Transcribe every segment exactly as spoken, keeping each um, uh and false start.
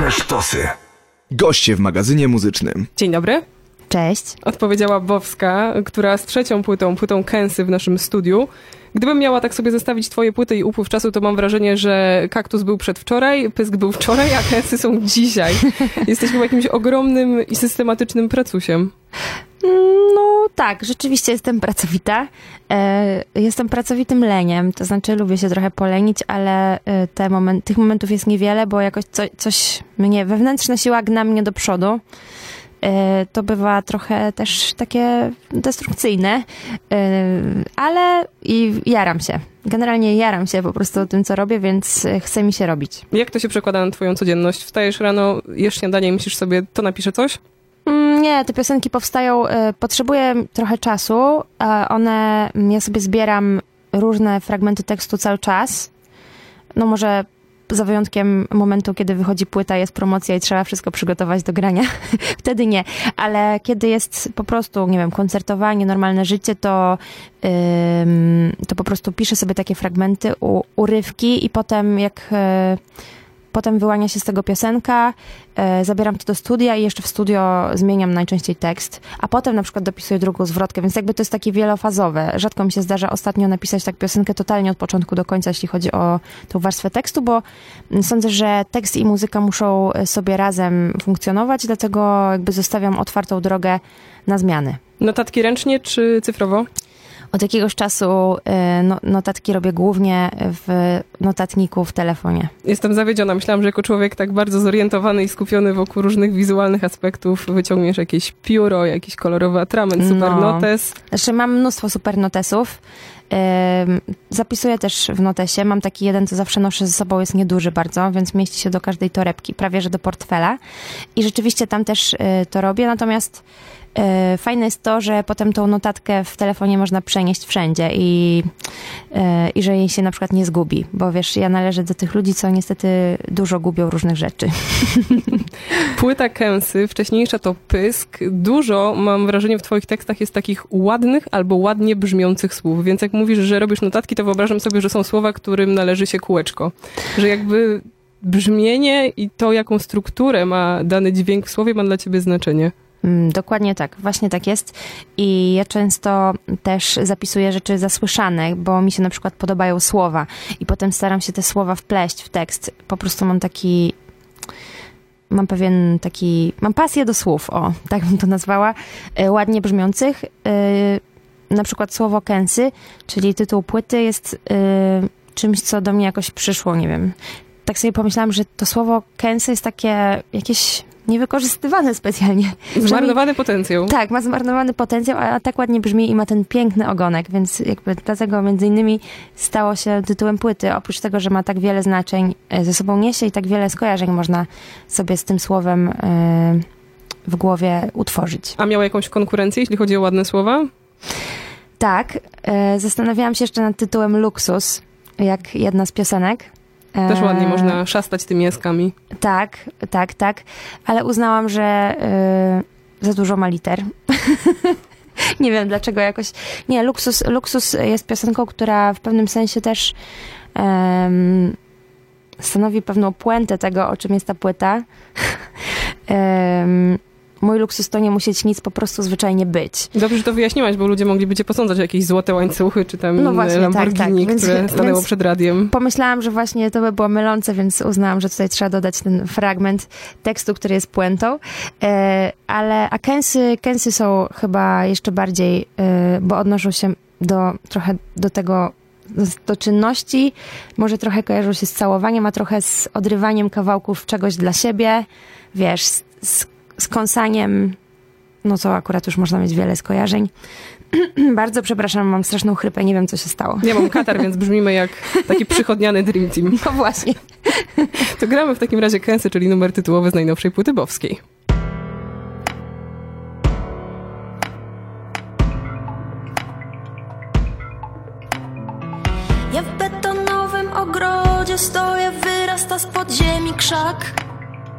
Same sztosy. Goście w magazynie muzycznym. Dzień dobry. Cześć. Odpowiedziała Bowska, która z trzecią płytą, płytą Kęsy w naszym studiu. Gdybym miała tak sobie zestawić twoje płyty i upływ czasu, to mam wrażenie, że Kaktus był przedwczoraj, Pysk był wczoraj, a Kęsy są dzisiaj. Jesteśmy jakimś ogromnym i systematycznym pracusiem. No tak, rzeczywiście jestem pracowita. E, jestem pracowitym leniem, to znaczy lubię się trochę polenić, ale te moment, tych momentów jest niewiele, bo jakoś co, coś mnie, wewnętrzna siła gna mnie do przodu. To bywa trochę też takie destrukcyjne, ale i jaram się. Generalnie jaram się po prostu tym, co robię, więc chce mi się robić. Jak to się przekłada na twoją codzienność? Wstajesz rano, jesz śniadanie i myślisz sobie, to napiszę coś? Nie, te piosenki powstają, potrzebuję trochę czasu. One, ja sobie zbieram różne fragmenty tekstu cały czas. No może za wyjątkiem momentu, kiedy wychodzi płyta, jest promocja i trzeba wszystko przygotować do grania. Wtedy nie. Ale kiedy jest po prostu, nie wiem, koncertowanie, normalne życie, to, ym, to po prostu piszę sobie takie fragmenty, u, urywki i potem jak... Yy, Potem wyłania się z tego piosenka, e, zabieram to do studia i jeszcze w studio zmieniam najczęściej tekst, a potem na przykład dopisuję drugą zwrotkę, więc jakby to jest takie wielofazowe. Rzadko mi się zdarza ostatnio napisać tak piosenkę totalnie od początku do końca, jeśli chodzi o tą warstwę tekstu, bo sądzę, że tekst i muzyka muszą sobie razem funkcjonować, dlatego jakby zostawiam otwartą drogę na zmiany. Notatki ręcznie czy cyfrowo? Od jakiegoś czasu no, notatki robię głównie w notatniku w telefonie. Jestem zawiedziona. Myślałam, że jako człowiek tak bardzo zorientowany i skupiony wokół różnych wizualnych aspektów wyciągniesz jakieś pióro, jakiś kolorowy atrament, supernotes. No. Znaczy mam mnóstwo supernotesów. Zapisuję też w notesie. Mam taki jeden, co zawsze noszę ze sobą, jest nieduży bardzo, więc mieści się do każdej torebki, prawie że do portfela. I rzeczywiście tam też to robię, natomiast fajne jest to, że potem tą notatkę w telefonie można przenieść wszędzie i, i że jej się na przykład nie zgubi, bo wiesz, ja należę do tych ludzi, co niestety dużo gubią różnych rzeczy. Płyta Kęsy, wcześniejsza to Pysk. Dużo, mam wrażenie, w twoich tekstach jest takich ładnych albo ładnie brzmiących słów, więc jak mówisz, że robisz notatki, to wyobrażam sobie, że są słowa, którym należy się kółeczko. Że jakby brzmienie i to, jaką strukturę ma dany dźwięk w słowie, ma dla ciebie znaczenie. Dokładnie tak, właśnie tak jest i ja często też zapisuję rzeczy zasłyszane, bo mi się na przykład podobają słowa i potem staram się te słowa wpleść w tekst. Po prostu mam taki, mam pewien taki, mam pasję do słów, o, tak bym to nazwała, ładnie brzmiących. Na przykład słowo Kęsy, czyli tytuł płyty, jest czymś, co do mnie jakoś przyszło, nie wiem. Tak sobie pomyślałam, że to słowo Kęsy jest takie jakieś niewykorzystywane specjalnie. Zmarnowany potencjał. Tak, ma zmarnowany potencjał, a tak ładnie brzmi i ma ten piękny ogonek, więc jakby dlatego między innymi stało się tytułem płyty. Oprócz tego, że ma tak wiele znaczeń ze sobą niesie i tak wiele skojarzeń można sobie z tym słowem w głowie utworzyć. A miał jakąś konkurencję, jeśli chodzi o ładne słowa? Tak. Zastanawiałam się jeszcze nad tytułem Luksus, jak jedna z piosenek. Też ładnie można szastać tymi jaskami. Tak, tak, tak. Ale uznałam, że yy, za dużo ma liter. Nie wiem dlaczego jakoś... Nie, Luksus, Luksus jest piosenką, która w pewnym sensie też yy, stanowi pewną puentę tego, o czym jest ta płyta. yy, Mój luksus to nie musieć nic po prostu zwyczajnie być. Dobrze, że to wyjaśniłaś, bo ludzie mogliby cię posądzać o jakieś złote łańcuchy, czy tam no właśnie, Lamborghini, tak, tak. które więc, stanęło więc przed radiem. Pomyślałam, że właśnie to by było mylące, więc uznałam, że tutaj trzeba dodać ten fragment tekstu, który jest puentą. E, ale, a Kęsy, Kęsy są chyba jeszcze bardziej, e, bo odnoszą się do, trochę do tego, do czynności, może trochę kojarzą się z całowaniem, a trochę z odrywaniem kawałków czegoś dla siebie, wiesz, z, z z kąsaniem, no to akurat już można mieć wiele skojarzeń. Bardzo przepraszam, mam straszną chrypę, nie wiem, co się stało. Ja mam katar, więc brzmimy jak taki przychodniany Dream Team. No właśnie. To gramy w takim razie Kęsy, czyli numer tytułowy z najnowszej płyty Bowskiej. Ja w betonowym ogrodzie stoję, wyrasta z podziemi krzak.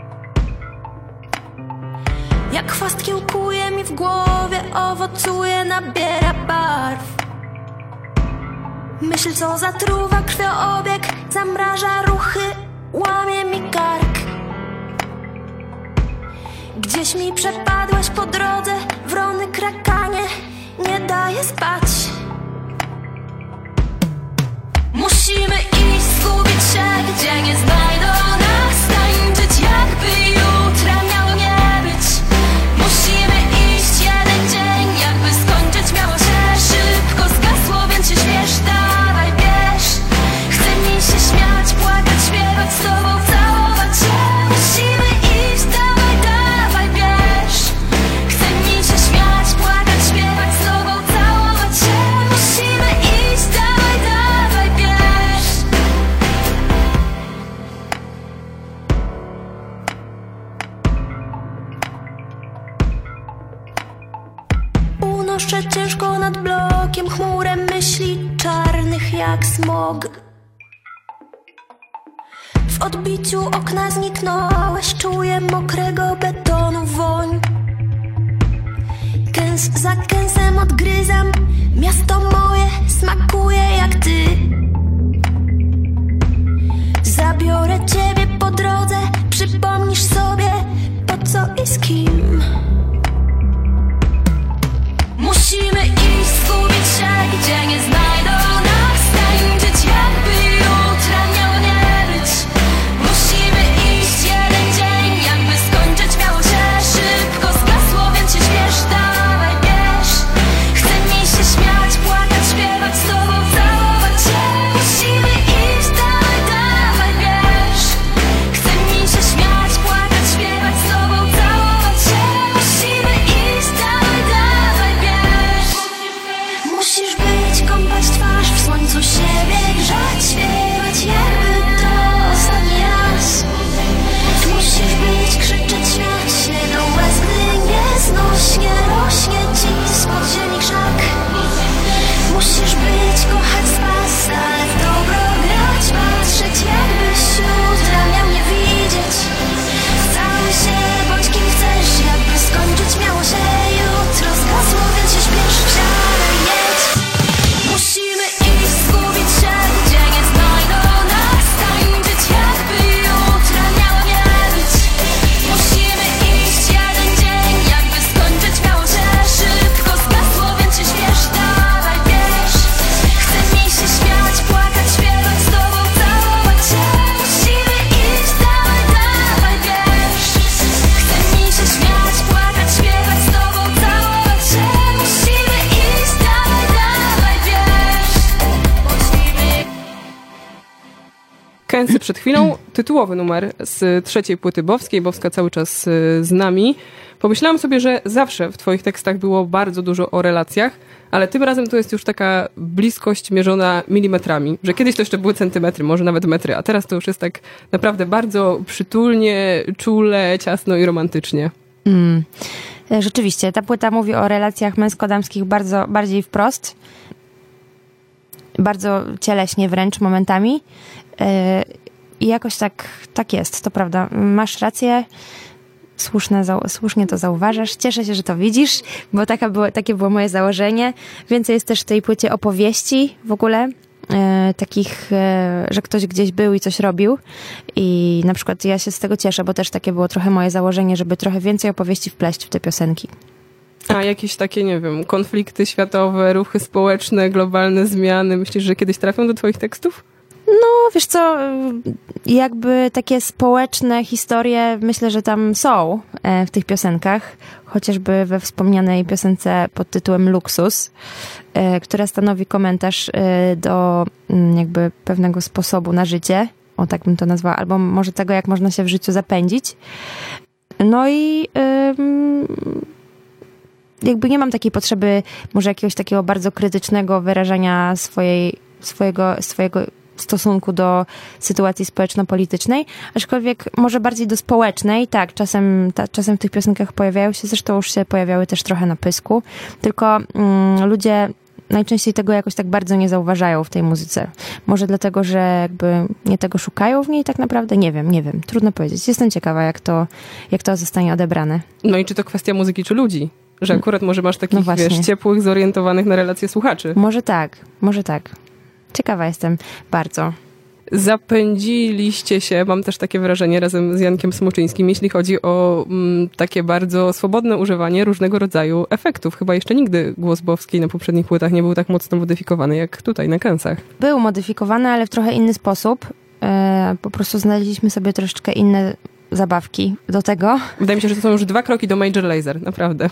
Jak chwast kiełkuje mi w głowie, owocuje, nabiera barw. Myśl, co zatruwa krwiobieg, zamraża ruchy, łamie mi kark. Gdzieś mi przepadłeś po drodze, wrony krakanie nie daje spać. Musimy iść, zgubić się, gdzie nie znajdą nas, tańczyć jakby jutra miało nie być. Musimy iść jeden dzień, jakby skończyć miało się. Szybko zgasło, więc się śmiesz, dawaj bierz. Chce mi się śmiać, płakać, śpiewać z tobą, całować się. Musimy iść, dawaj, dawaj bierz. Chce mi się śmiać, płakać, śpiewać z tobą, całować się. Musimy iść, dawaj, dawaj bierz. Unoszę ciężko nad blokiem chmurę myśli czarnych jak smog. W odbiciu okna zniknąłeś, czuję mokrego betonu woń. Kęs za kęsem odgryzam, miasto moje smakuje jak ty. Zabiorę ciebie po drodze, przypomnisz sobie po co i z kim. Musimy iść, zgubić się, gdzie nie znajdą nas, tańczyć jakby jutra miało nie być. Musimy iść jeden dzień, jakby skończyć miało się. Szybko zgasło, więc się śmiesz, dawaj bierz. Chce mi się śmiać, płakać, śpiewać z tobą, całować się. Musimy iść, dawaj, dawaj bierz. Chce mi się śmiać, płakać, śpiewać z tobą, całować się. Musimy iść, dawaj, dawaj bierz. Musisz być, kąpać twarz w słońcu siebie, grzać, śpiewać jakby to ostatni raz. Musisz być, krzyczeć, śmiać się do łez, gdy nieznośnie rośnie ci spod ziemi krzak. Musisz być, kochać z was, ale w dobro grać, patrzeć jakbyś jutra miał nie widzieć. Cały się, bądź kim chcesz, jakby skończyć miało się. Jutro zgasło, więc się śpiesz, wsiadaj, jedź. Musimy iść, zgubić się, gdzie nie znajdą nas, tańczyć jakby jutra miało nie być. Musimy iść jeden dzień, jakby skończyć miało się. Szybko zgasło, więc się śpiesz, dawaj bierz. Chce mi się śmiać, płakać, śpiewać z tobą, całować się. Musimy iść, dawaj, dawaj bierz. Chce mi się śmiać, płakać, śpiewać z tobą, całować się. Musimy iść, dawaj, dawaj bierz. Musimy. Kęsy przed chwilą, tytułowy numer z trzeciej płyty Bowskiej. Bowska cały czas y, z nami. Pomyślałam sobie, że zawsze w twoich tekstach było bardzo dużo o relacjach, ale tym razem to jest już taka bliskość mierzona milimetrami, że kiedyś to jeszcze były centymetry, może nawet metry, a teraz to już jest tak naprawdę bardzo przytulnie, czule, ciasno i romantycznie. Mm. Rzeczywiście, ta płyta mówi o relacjach męsko-damskich bardzo, bardziej wprost. Bardzo cieleśnie wręcz momentami. I jakoś tak, tak jest, to prawda. Masz rację, słuszne, słusznie to zauważasz. Cieszę się, że to widzisz, bo taka było, takie było moje założenie. Więcej jest też w tej płycie opowieści w ogóle, e, takich, e, że ktoś gdzieś był i coś robił. I na przykład ja się z tego cieszę, bo też takie było trochę moje założenie, żeby trochę więcej opowieści wpleść w te piosenki. A jakieś takie, nie wiem, konflikty światowe, ruchy społeczne, globalne zmiany, myślisz, że kiedyś trafią do twoich tekstów? No, wiesz co, jakby takie społeczne historie myślę, że tam są w tych piosenkach, chociażby we wspomnianej piosence pod tytułem Luksus, która stanowi komentarz do jakby pewnego sposobu na życie, o tak bym to nazwała, albo może tego, jak można się w życiu zapędzić. No i jakby nie mam takiej potrzeby może jakiegoś takiego bardzo krytycznego wyrażania swojej, swojego, swojego stosunku do sytuacji społeczno-politycznej, aczkolwiek może bardziej do społecznej. Tak, czasem, ta, czasem w tych piosenkach pojawiają się, zresztą już się pojawiały też trochę na Pysku, tylko mm, ludzie najczęściej tego jakoś tak bardzo nie zauważają w tej muzyce. Może dlatego, że jakby nie tego szukają w niej tak naprawdę? Nie wiem, nie wiem. Trudno powiedzieć. Jestem ciekawa, jak to, jak to zostanie odebrane. No i czy to kwestia muzyki, czy ludzi? Że akurat może masz takich, no wiesz, ciepłych, zorientowanych na relacje słuchaczy. Może tak, może tak. Ciekawa jestem bardzo. zapędziliście się, mam też takie wrażenie, razem z Jankiem Smoczyńskim, jeśli chodzi o mm, takie bardzo swobodne używanie różnego rodzaju efektów. Chyba jeszcze nigdy głos Bowskiej na poprzednich płytach nie był tak mocno modyfikowany jak tutaj na Kęsach. Był modyfikowany, ale w trochę inny sposób. E, po prostu znaleźliśmy sobie troszeczkę inne zabawki do tego. Wydaje mi się, że to są już dwa kroki do Major Lazer, naprawdę.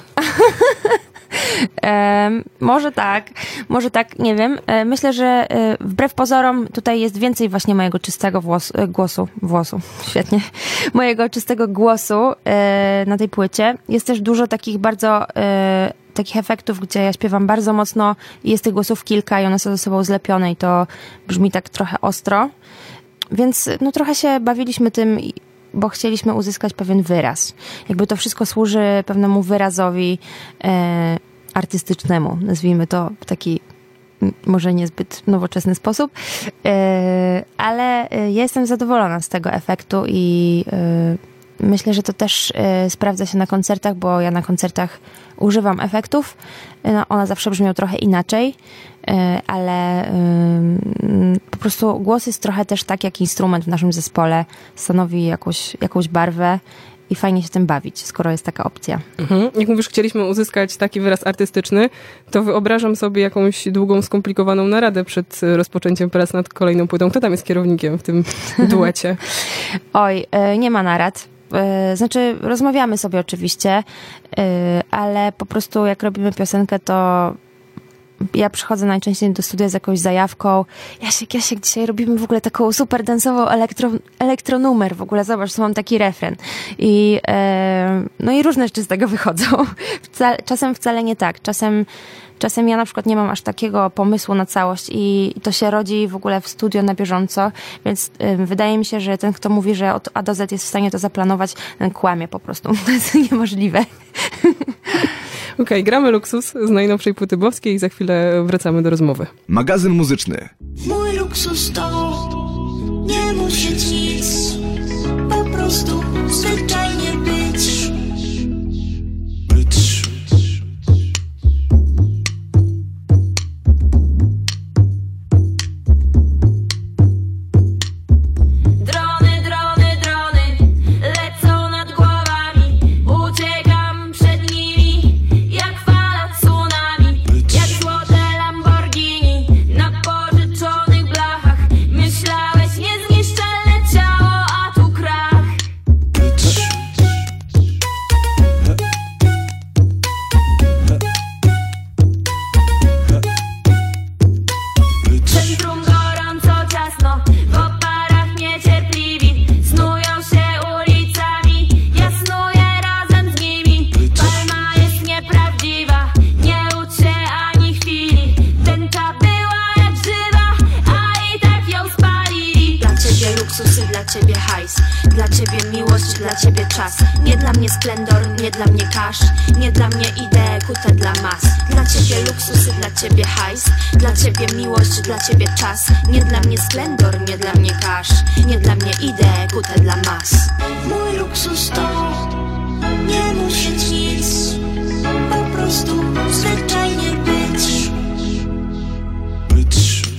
E, może tak, może tak, nie wiem. E, myślę, że e, wbrew pozorom tutaj jest więcej właśnie mojego czystego włos, e, głosu, włosu, świetnie, mojego czystego głosu e, na tej płycie. Jest też dużo takich bardzo e, takich efektów, gdzie ja śpiewam bardzo mocno i jest tych głosów kilka i one są ze sobą zlepione i to brzmi tak trochę ostro. Więc no trochę się bawiliśmy tym, bo chcieliśmy uzyskać pewien wyraz. Jakby to wszystko służy pewnemu wyrazowi e, artystycznemu, nazwijmy to w taki może niezbyt nowoczesny sposób, e, ale ja jestem zadowolona z tego efektu i e, myślę, że to też e, sprawdza się na koncertach, bo ja na koncertach używam efektów. No, one zawsze brzmią trochę inaczej, e, ale e, po prostu głos jest trochę też tak jak instrument w naszym zespole. Stanowi jakąś, jakąś barwę i fajnie się tym bawić, skoro jest taka opcja. Mhm. Jak mówisz, chcieliśmy uzyskać taki wyraz artystyczny, to wyobrażam sobie jakąś długą, skomplikowaną naradę przed rozpoczęciem prac nad kolejną płytą. Kto tam jest kierownikiem w tym duecie? Oj, e, nie ma narad. Znaczy, rozmawiamy sobie oczywiście, ale po prostu jak robimy piosenkę, to ja przychodzę najczęściej do studia z jakąś zajawką. Jasiek, Jasiek, dzisiaj robimy w ogóle taką super dansową elektro, elektronumer. W ogóle zobacz, tu mam taki refren. I, no i różne rzeczy z tego wychodzą. Wca, czasem wcale nie tak. Czasem Czasem ja na przykład nie mam aż takiego pomysłu na całość i to się rodzi w ogóle w studio na bieżąco, więc y, wydaje mi się, że ten, kto mówi, że od A do Z jest w stanie to zaplanować, ten kłamie po prostu. To jest niemożliwe. Okej, okay, gramy Luksus z najnowszej płyty Bowskiej i za chwilę wracamy do rozmowy. Magazyn muzyczny. Mój luksus to nie musieć nic, po prostu zwyczajnie być. Być. Drony, drony, drony lecą nad głowami. Uciekam przed nimi jak fala tsunami. Jak złote Lamborghini na pożyczonych blachach. Myślałeś niezniszczalne ciało, a tu krach. Centrum gorąco, ciasno, w oparach niecierpliwi. Snują się ulicami, ja snuję razem z nimi. Palma jest nieprawdziwa, nie łudź się ani chwili. Tęcza była jak żywa, a i tak ją spalili. Dla ciebie luksus i dla ciebie hajs. Dla ciebie miłość, dla ciebie czas. Nie dla mnie splendor, nie dla mnie cash. Nie dla mnie idee kute dla mas. Dla ciebie luksus i dla ciebie hajs. Dla ciebie miłość, dla ciebie czas. Nie dla mnie splendor, nie dla mnie cash. Nie dla mnie idee kute dla mas. Mój luksus to nie musieć nic, po prostu zwyczajnie być. Być.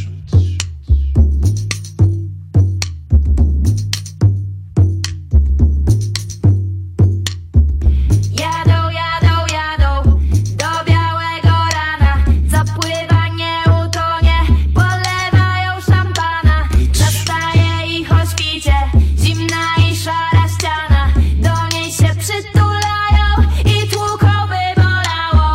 Jadą, jadą, jadą do białego rana. Zapływa, nie utonie, polewają szampana. Zastaje ich o świcie, zimna i szara ściana. Do niej się przytulają i tłuką, by bolało.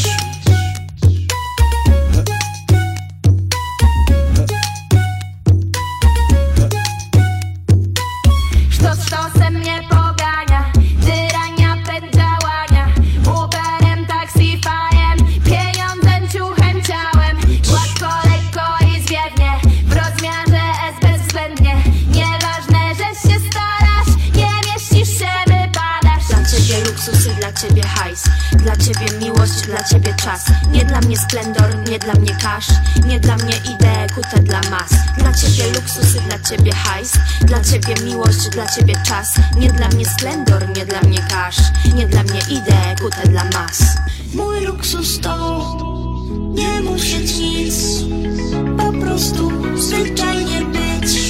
Sztos sztosem mnie pogania, tyrania pęd działania. Uberem, taksifyem, pieniądzem, ciuchem, ciałem. Gładko, lekko i zwiewnie, w rozmiarze S bezwzględnie. Nieważne, że się starasz, nie mieścisz się, wypadasz. Dla ciebie luksus i dla ciebie hajs. Dla ciebie miłość, dla ciebie czas. Nie dla mnie splendor, nie dla mnie cash. Nie dla mnie idee kute dla mas. Dla ciebie luksus i dla ciebie hajs. Dla ciebie miłość, dla ciebie czas. Nie dla mnie splendor, nie dla mnie cash. Nie dla mnie idee kute dla mas. Mój luksus to nie musieć nic, po prostu zwyczajnie być.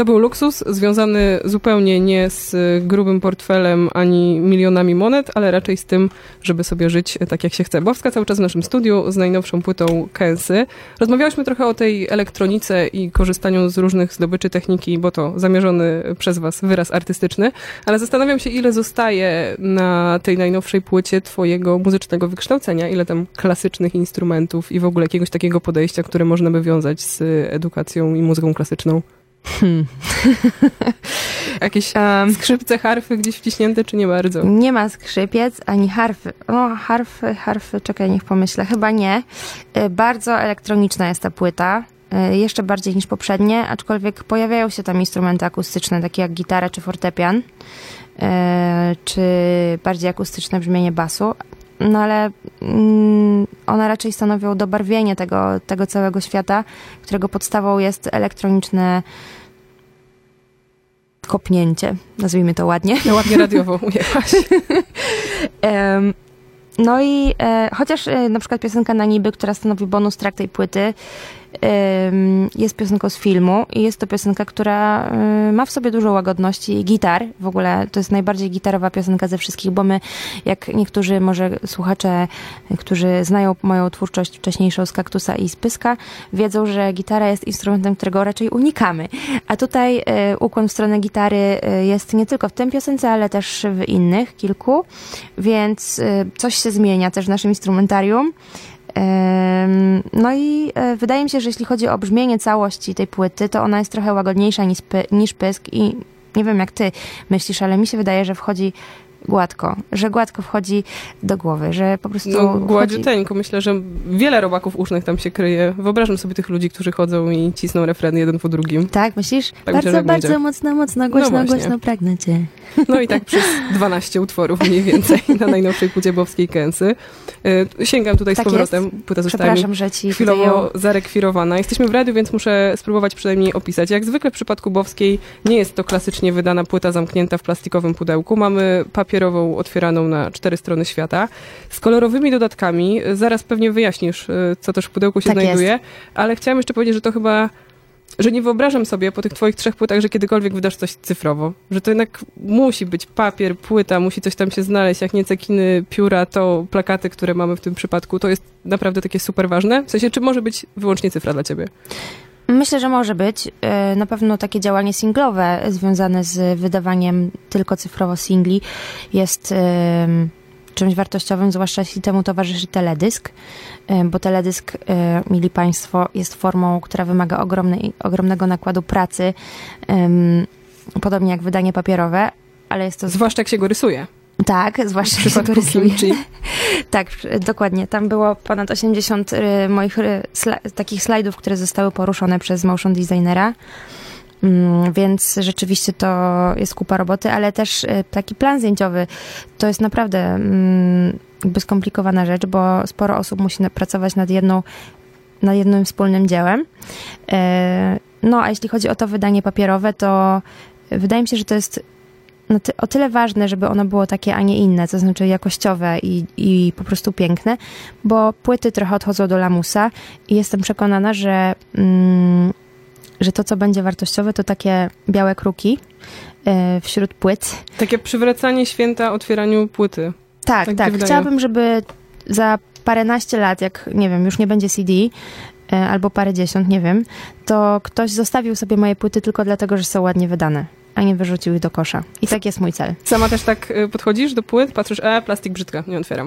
To był luksus związany zupełnie nie z grubym portfelem ani milionami monet, ale raczej z tym, żeby sobie żyć tak, jak się chce. Bowska cały czas w naszym studiu z najnowszą płytą Kęsy. Rozmawiałyśmy trochę o tej elektronice i korzystaniu z różnych zdobyczy techniki, bo to zamierzony przez was wyraz artystyczny, ale zastanawiam się, ile zostaje na tej najnowszej płycie twojego muzycznego wykształcenia, ile tam klasycznych instrumentów i w ogóle jakiegoś takiego podejścia, które można by wiązać z edukacją i muzyką klasyczną. Hmm. Jakieś Um, skrzypce, harfy gdzieś wciśnięte, czy nie bardzo? Nie ma skrzypiec, ani harfy. No, harfy, harfy, czekaj, niech pomyślę. Chyba nie. Y, Bardzo elektroniczna jest ta płyta. y, Jeszcze bardziej niż poprzednie, aczkolwiek pojawiają się tam instrumenty akustyczne, takie jak gitara czy fortepian, y, czy bardziej akustyczne brzmienie basu. No ale mm, one raczej stanowią dobarwienie tego, tego całego świata, którego podstawą jest elektroniczne kopnięcie, nazwijmy to ładnie. No ładnie radiowo ujechałaś. Em, No i e, chociaż e, na przykład piosenka Na niby, która stanowi bonus track tej płyty, em, jest piosenką z filmu i jest to piosenka, która e, ma w sobie dużo łagodności i gitar. W ogóle to jest najbardziej gitarowa piosenka ze wszystkich, bo my, jak niektórzy może słuchacze, którzy znają moją twórczość wcześniejszą z Kaktusa i z Pyska, wiedzą, że gitara jest instrumentem, którego raczej unikamy. A tutaj e, ukłon w stronę gitary e, jest nie tylko w tej piosence, ale też w innych kilku, więc e, coś się zmienia też w naszym instrumentarium. Em, No i e, wydaje mi się, że jeśli chodzi o brzmienie całości tej płyty, to ona jest trochę łagodniejsza niż, py, niż Pysk i nie wiem jak ty myślisz, ale mi się wydaje, że wchodzi gładko, że gładko wchodzi do głowy, że po prostu No, wchodzi... gładziuteńko. Myślę, że wiele robaków usznych tam się kryje. Wyobrażam sobie tych ludzi, którzy chodzą i cisną refreny jeden po drugim. Tak, myślisz? myślę, bardzo, że tak bardzo będzie. mocno, mocno, głośno, No właśnie. głośno pragnę cię. No i tak przez dwanaście utworów mniej więcej na najnowszej płycie Bowskiej Kęsy. Y, Sięgam tutaj Tak z powrotem. Płyta została mi Przepraszam, że ci tutaj chwilowo ją... zarekwirowana. Jesteśmy w radiu, więc muszę spróbować przynajmniej opisać. Jak zwykle w przypadku Bowskiej nie jest to klasycznie wydana płyta zamknięta w plastikowym pudełku. Mamy papierową, otwieraną na cztery strony świata, z kolorowymi dodatkami. Zaraz pewnie wyjaśnisz, y, co też w pudełku się Tak znajduje. jest. Ale chciałam jeszcze powiedzieć, że to chyba... że nie wyobrażam sobie po tych twoich trzech płytach, że kiedykolwiek wydasz coś cyfrowo. Że to jednak musi być papier, płyta, musi coś tam się znaleźć. Jak nie cekiny, pióra, to plakaty, które mamy w tym przypadku. To jest naprawdę takie super ważne. W sensie, czy może być wyłącznie cyfra dla ciebie? Myślę, że może być. E, Na pewno takie działanie singlowe związane z wydawaniem tylko cyfrowo singli jest em, czymś wartościowym, zwłaszcza jeśli temu towarzyszy teledysk, e, bo teledysk, e, mili Państwo, jest formą, która wymaga ogromnej, ogromnego nakładu pracy, em, podobnie jak wydanie papierowe, ale jest to... Zwłaszcza jak się go rysuje. Tak, zwłaszcza W jak się przypadku to rysuje. kimchi. Tak, dokładnie. Tam było ponad osiemdziesiąt y, moich y, sla- takich slajdów, które zostały poruszone przez motion designera. Mm, więc rzeczywiście to jest kupa roboty, ale też y, taki plan zdjęciowy to jest naprawdę mm, jakby skomplikowana rzecz, bo sporo osób musi na- pracować nad jedną, nad jednym wspólnym dziełem. E, no, a jeśli chodzi o to wydanie papierowe, to wydaje mi się, że to jest no ty, o tyle ważne, żeby ono było takie, a nie inne, to znaczy jakościowe i, i po prostu piękne, bo płyty trochę odchodzą do lamusa i jestem przekonana, że, mm, że to, co będzie wartościowe, to takie białe kruki y, wśród płyt. Takie przywracanie święta otwieraniu płyty. Tak, Tak tak. mi wydaje. Chciałabym, żeby za paręnaście lat, jak nie wiem, już nie będzie C D, y, albo parędziesiąt, nie wiem, to ktoś zostawił sobie moje płyty tylko dlatego, że są ładnie wydane, a nie wyrzucił ich do kosza. I tak jest mój cel. Sama też tak y, podchodzisz do płyt, patrzysz, e, plastik brzydka, nie otwieram.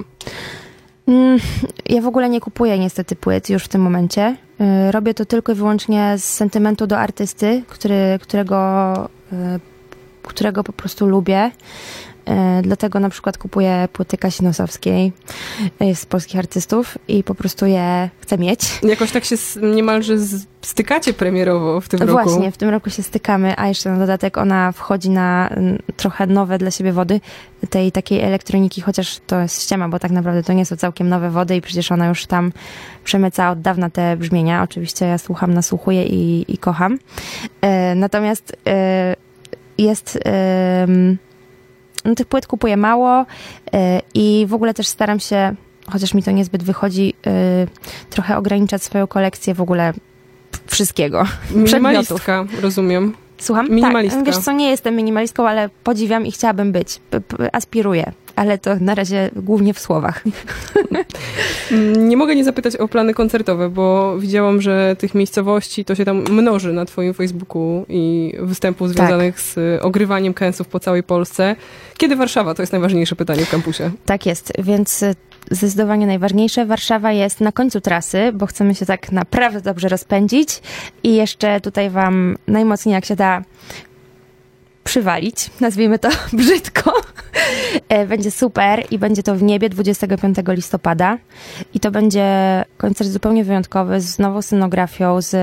Mm, Ja w ogóle nie kupuję niestety płyt już w tym momencie. Y, Robię to tylko i wyłącznie z sentymentu do artysty, który, którego, y, którego po prostu lubię. Y, Dlatego na przykład kupuję płyty Kasi Nosowskiej y, z polskich artystów i po prostu je chcę mieć. Jakoś tak się s- niemalże z- stykacie premierowo w tym roku. Właśnie, w tym roku się stykamy, a jeszcze na dodatek ona wchodzi na mm, trochę nowe dla siebie wody tej takiej elektroniki, chociaż to jest ściema, bo tak naprawdę to nie są całkiem nowe wody i przecież ona już tam przemyca od dawna te brzmienia. Oczywiście ja słucham, nasłuchuję i, i kocham. E, natomiast e, jest... E, no, tych płyt kupuję mało e, i w ogóle też staram się, chociaż mi to niezbyt wychodzi, e, trochę ograniczać swoją kolekcję w ogóle wszystkiego. Przedmiotów. Minimalistka, rozumiem. Słucham? Minimalistka. Tak, wiesz co, nie jestem minimalistką, ale podziwiam i chciałabym być. P- p- aspiruję, ale to na razie głównie w słowach. Nie mogę nie zapytać o plany koncertowe, bo widziałam, że tych miejscowości to się tam mnoży na twoim Facebooku i występów związanych z ogrywaniem kęsów po całej Polsce. Kiedy Warszawa? To jest najważniejsze pytanie w kampusie. Tak jest, więc y, zdecydowanie najważniejsze. Warszawa jest na końcu trasy, bo chcemy się tak naprawdę dobrze rozpędzić i jeszcze tutaj wam najmocniej jak się da przywalić, nazwijmy to brzydko. E, Będzie super i będzie to w niebie dwudziestego piątego listopada i to będzie koncert zupełnie wyjątkowy z nową scenografią, z,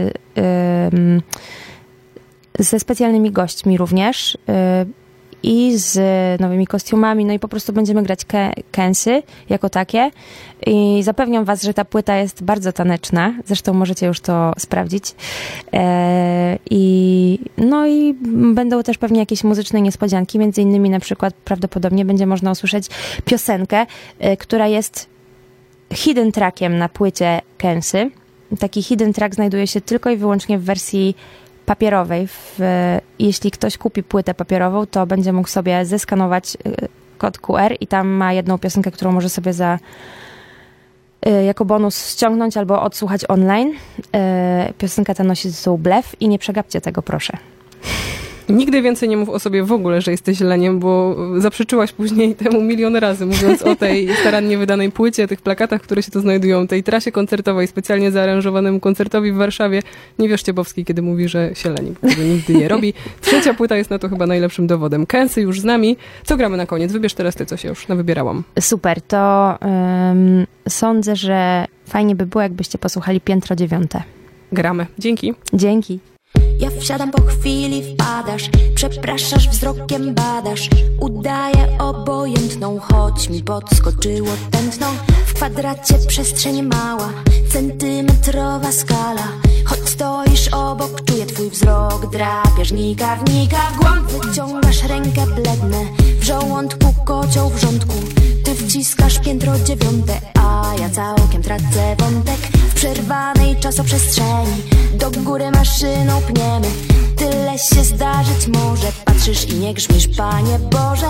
ym, ze specjalnymi gośćmi również y, i z nowymi kostiumami, no i po prostu będziemy grać ke- kęsy jako takie i zapewniam was, że ta płyta jest bardzo taneczna, zresztą możecie już to sprawdzić. E, i, no i będą też pewnie jakieś muzyczne niespodzianki, między innymi na przykład prawdopodobnie będzie można usłyszeć piosenkę, e, która jest hidden trackiem na płycie Kęsy. Taki hidden track znajduje się tylko i wyłącznie w wersji papierowej. W, jeśli ktoś kupi płytę papierową, to będzie mógł sobie zeskanować y, kod Q R i tam ma jedną piosenkę, którą może sobie za y, jako bonus ściągnąć albo odsłuchać online. Y, piosenka ta nosi tytuł Blef i nie przegapcie tego, proszę. Nigdy więcej nie mów o sobie w ogóle, że jesteś leniem, bo zaprzeczyłaś później temu miliony razy, mówiąc o tej starannie wydanej płycie, tych plakatach, które się tu znajdują, tej trasie koncertowej, specjalnie zaaranżowanemu koncertowi w Warszawie. Nie wiesz Ciebowskiej, kiedy mówi, że się leni, bo tego nigdy nie robi. Trzecia płyta jest na to chyba najlepszym dowodem. Kęsy już z nami. Co gramy na koniec? Wybierz teraz Ty, co się już nawybierałam. Super, to ym, sądzę, że fajnie by było, jakbyście posłuchali Piętro dziewiąte. Gramy. Dzięki. Dzięki. Ja wsiadam, po chwili wpadasz, przepraszasz, wzrokiem badasz. Udaję obojętną, choć mi podskoczyło tętno. W kwadracie przestrzeń mała, centymetrowa skala. Choć stoisz obok, czuję twój wzrok, drapieżnika wnika w głąb. Wyciągasz rękę, blednę, w żołądku kocioł wrzątku. Ty wciskasz piętro dziewiąte, a ja całkiem tracę wątek. W przerwanej czasoprzestrzeni do góry maszyną pniemy. Tyle się zdarzyć może, patrzysz i nie grzmisz, Panie Boże.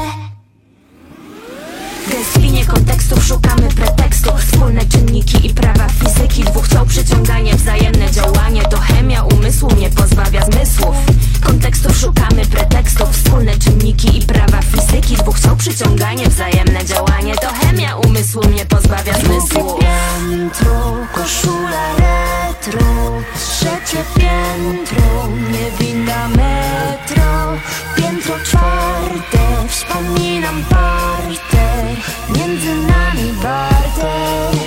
W gęstwinie kontekstów szukamy pretekstów. Wspólne czynniki i prawa fizyki. Dwóch ciał, przyciąganie, wzajemne działanie. To chemia umysłu, nie pozbawia zmysłów. Kontekstów szukamy pretekstów. Wspólne czynniki i prawa fizyki. Dwóch ciał, przyciąganie, wzajemne działanie. To chemia umysłu, nie pozbawia zmysłów. Piętro, koszula retro. Trzecie piętro, niewinna metro. Piętro czwarte, wspominam parter. Między nami barter.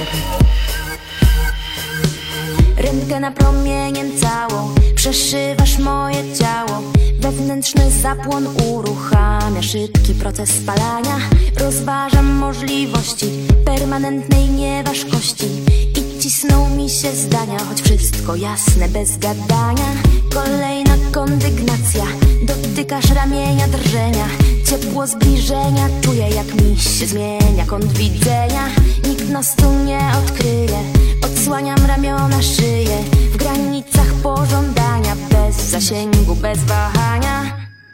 Rentgena promieniem całą przeszywasz moje ciało. Wewnętrzny zapłon uruchamia szybki proces spalania. Rozważam możliwości permanentnej nieważkości i cisną mi się zdania, choć wszystko jasne bez gadania. Kolejna kondygnacja, dotykasz ramienia drżenia. Ciepło zbliżenia, czuję jak mi się zmienia kąt widzenia. Nikt nas tu nie odkryje, odsłaniam ramiona, szyję. W granicach pożądania, bez zasięgu, bez wahania.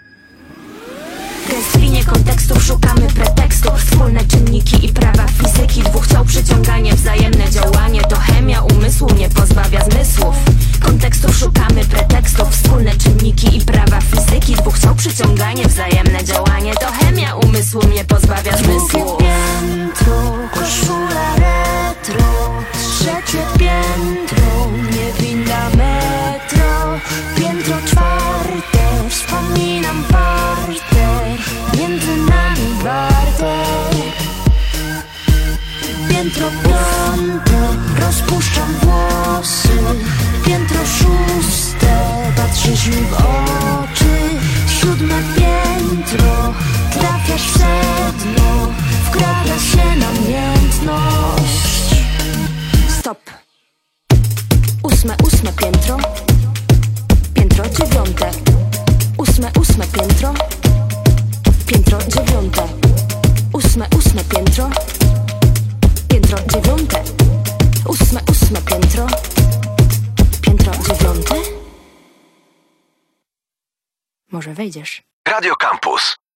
W gęstwinie kontekstów szukamy pretekstów. Wspólne czynniki i prawa fizyki. Dwóch ciał, przyciąganie, wzajemne działanie. To chemia umysłu, nie pozbawia zmysłów. Kontekstów szukamy pretekstów. Wspólne czynniki i prawa fizyki. Dwóch ciał, przyciąganie, wzajemne działanie. To chemia umysłu, nie pozbawia zmysłów. Piętro, koszula retro. Trzecie piętro, niewinna metro. Piętro czwarte, wspominam parter. Między nami barter. Piętro piąte, rozpuszczam włosy. Piętro szóste, patrzysz mi w oczy. Siódme piętro, trafiasz w sedno. Wkrada się namiętność. Stop. Ósme, ósme piętro. Piętro dziewiąte. Ósme, ósme piętro. Piętro dziewiąte. Ósme, ósme piętro. Piętro dziewiąte. Ósme, ósme piętro. Piętro dziewiąte. Może wejdziesz? Radio Campus.